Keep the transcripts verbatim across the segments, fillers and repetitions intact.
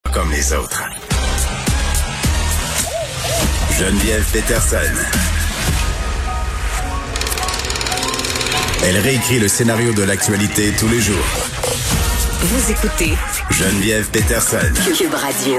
comme les autres. Geneviève Peterson. Elle réécrit le scénario de l'actualité tous les jours. Vous écoutez Geneviève Peterson. Cube Radio.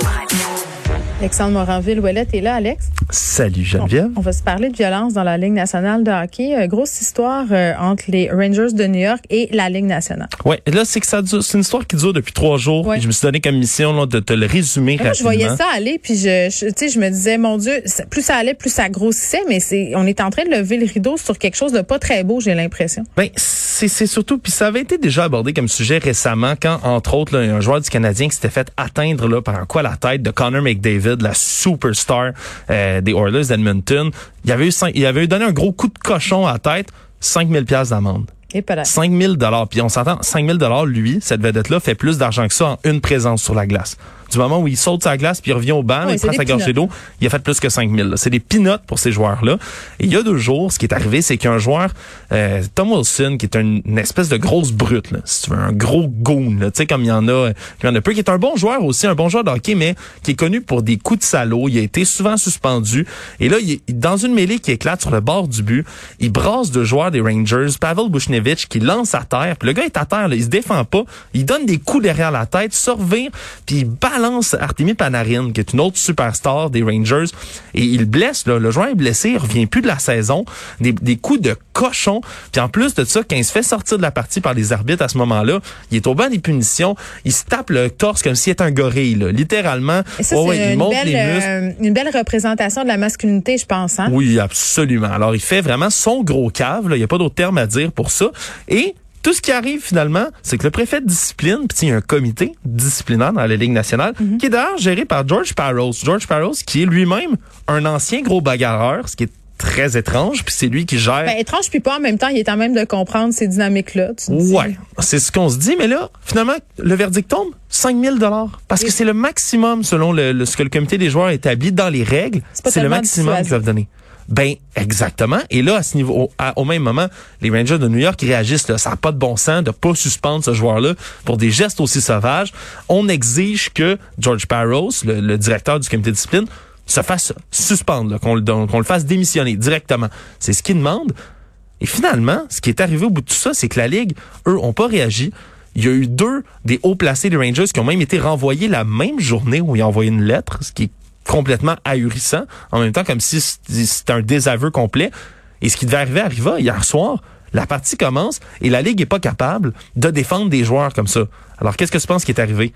Alexandre Moranville-Ouellette est là, Alex. Salut Geneviève. On, on va se parler de violence dans la Ligue nationale de hockey. Euh, grosse histoire euh, entre les Rangers de New York et la Ligue nationale. Oui, là, c'est que ça dure, c'est une histoire qui dure depuis trois jours. Ouais. Et je me suis donné comme mission là, de te le résumer moi, rapidement. Je voyais ça aller, puis je, je, tu sais, je me disais, mon Dieu, plus ça allait, plus ça grossissait, mais c'est, on est en train de lever le rideau sur quelque chose de pas très beau, j'ai l'impression. Ben, c'est, c'est surtout, puis ça avait été déjà abordé comme sujet récemment, quand, entre autres, là, un joueur du Canadien qui s'était fait atteindre là, par un coup à la tête de Connor McDavid, la superstar euh, des Oilers d'Edmonton. Il avait eu cinq, il avait eu donné un gros coup de cochon à la tête, cinq mille dollars d'amende. Et cinq mille dollars. Puis on s'entend, cinq mille dollars, lui, cette vedette-là, fait plus d'argent que ça en une présence sur la glace. Du moment où il saute sa glace puis il revient au banc, oui, il prend sa gorgée d'eau, il a fait plus que cinq mille. Là. C'est des peanuts pour ces joueurs-là. Et il y a deux jours, ce qui est arrivé, c'est qu'un joueur, euh, Tom Wilson, qui est une, une espèce de grosse brute, là, si tu veux, un gros goon, tu sais, comme il y en a, il y en a peu, qui est un bon joueur aussi, un bon joueur de hockey, mais qui est connu pour des coups de salaud. Il a été souvent suspendu. Et là, il est dans une mêlée qui éclate sur le bord du but. Il brasse deux joueurs des Rangers, Pavel Buchnevich, qui lance à terre. Puis le gars est à terre, là, il se défend pas. Il donne des coups derrière la tête, survire, puis il balance Artemi Panarin, qui est une autre superstar des Rangers, et il blesse, là, le joueur est blessé, il revient plus de la saison, des, des coups de cochon, puis en plus de ça, quand il se fait sortir de la partie par les arbitres à ce moment-là, il est au banc des punitions, il se tape le torse comme s'il était un gorille, là, littéralement. Et ça, oh, c'est ouais, il une, monte belle, les muscles. Euh, une belle représentation de la masculinité, je pense. Hein? Oui, absolument. Alors, il fait vraiment son gros cave, il n'y a pas d'autre terme à dire pour ça, et tout ce qui arrive finalement, c'est que le préfet de discipline, puis il y a un comité disciplinaire dans la Ligue nationale, mm-hmm. qui est d'ailleurs géré par George Parros. George Parros, qui est lui-même un ancien gros bagarreur, ce qui est très étrange, puis c'est lui qui gère... Ben, étrange, puis pas en même temps, il est en même de comprendre ces dynamiques-là. Tu dis. Ouais, c'est ce qu'on se dit, mais là, finalement, le verdict tombe, cinq mille dollars. Parce Et que c'est le maximum, selon le, le, ce que le comité des joueurs établit dans les règles, c'est, c'est le maximum qu'ils peuvent donner. Ben, exactement. Et là, à ce niveau, au, à, au même moment, les Rangers de New York réagissent, là, ça n'a pas de bon sens de pas suspendre ce joueur-là pour des gestes aussi sauvages. On exige que George Parros, le, le directeur du comité de discipline, se fasse suspendre, là, qu'on, qu'on le fasse démissionner directement. C'est ce qu'il demande. Et finalement, ce qui est arrivé au bout de tout ça, c'est que la Ligue, eux, ont pas réagi. Il y a eu deux des hauts placés des Rangers qui ont même été renvoyés la même journée où ils ont envoyé une lettre, ce qui est complètement ahurissant, en même temps comme si c'était un désaveu complet. Et ce qui devait arriver arriva hier soir. La partie commence et la Ligue est pas capable de défendre des joueurs comme ça. Alors, qu'est-ce que tu penses qui est arrivé?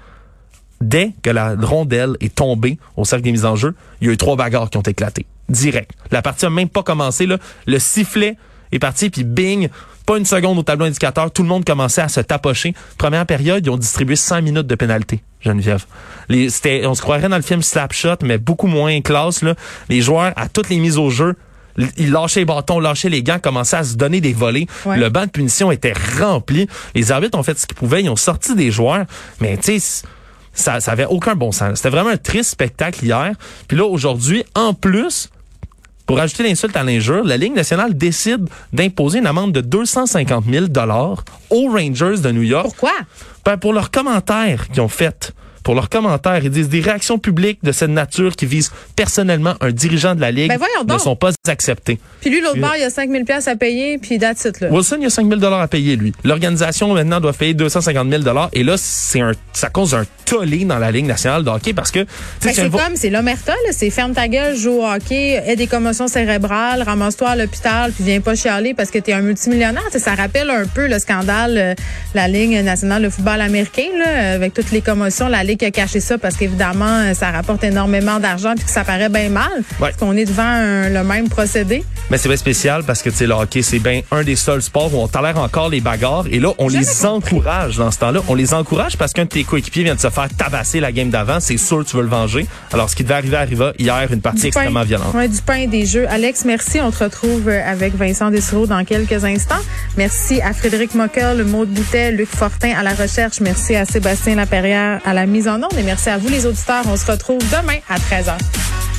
Dès que la rondelle est tombée au cercle des mises en jeu, il y a eu trois bagarres qui ont éclaté. Direct. La partie a même pas commencé, là. Le sifflet est parti, puis bing, pas une seconde au tableau indicateur, tout le monde commençait à se tapocher. Première période, ils ont distribué cent minutes de pénalité, Geneviève. Les, c'était, on se croirait dans le film Slapshot, mais beaucoup moins classe, là. Les joueurs, à toutes les mises au jeu, ils lâchaient les bâtons, lâchaient les gants, commençaient à se donner des volets. Ouais. Le banc de punition était rempli. Les arbitres ont fait ce qu'ils pouvaient, ils ont sorti des joueurs, mais tu sais, ça, ça avait aucun bon sens. C'était vraiment un triste spectacle hier. Puis là, aujourd'hui, en plus, pour ajouter l'insulte à l'injure, la Ligue nationale décide d'imposer une amende de deux cent cinquante mille dollars aux Rangers de New York. Pourquoi? Ben, pour leurs commentaires qu'ils ont faits. Pour leurs commentaires, ils disent des réactions publiques de cette nature qui visent personnellement un dirigeant de la Ligue ben ne sont pas acceptées. Puis lui, l'autre bord, il y a cinq mille dollars à payer, puis that's it, là. Wilson, il y a cinq mille dollars à payer, lui. L'organisation, maintenant, doit payer deux cent cinquante mille dollars. Et là, c'est un, ça cause un tollé dans la Ligue nationale de hockey parce que... Ben, c'est vo- comme, c'est l'omerta, là. C'est ferme ta gueule, joue au hockey, aie des commotions cérébrales, ramasse-toi à l'hôpital, puis viens pas chialer parce que t'es un multimillionnaire. T'sais, ça rappelle un peu le scandale, euh, la Ligue nationale de football américain, là, avec toutes les commotions. La Ligue a caché ça parce qu'évidemment, ça rapporte énormément d'argent puis que ça paraît bien mal. Ouais. Parce qu'on est devant un, le même procédé. Mais c'est bien spécial parce que, tu sais, le hockey, c'est bien un des seuls sports où on tolère encore les bagarres. Et là, on Jamais les compris. encourage dans ce temps-là. On les encourage parce qu'un de tes coéquipiers vient de se faire tabasser la game d'avant. C'est sûr que tu veux le venger. Alors, ce qui devait arriver arriva hier, une partie du extrêmement pain. violente. Ouais, du pain et des jeux. Alex, merci. On te retrouve avec Vincent Dessureau dans quelques instants. Merci à Frédéric Mockel, Maude Boutet, Luc Fortin à la recherche. Merci à Sébastien Laperrière à la mise en onde. Et merci à vous, les auditeurs. On se retrouve demain à treize heures.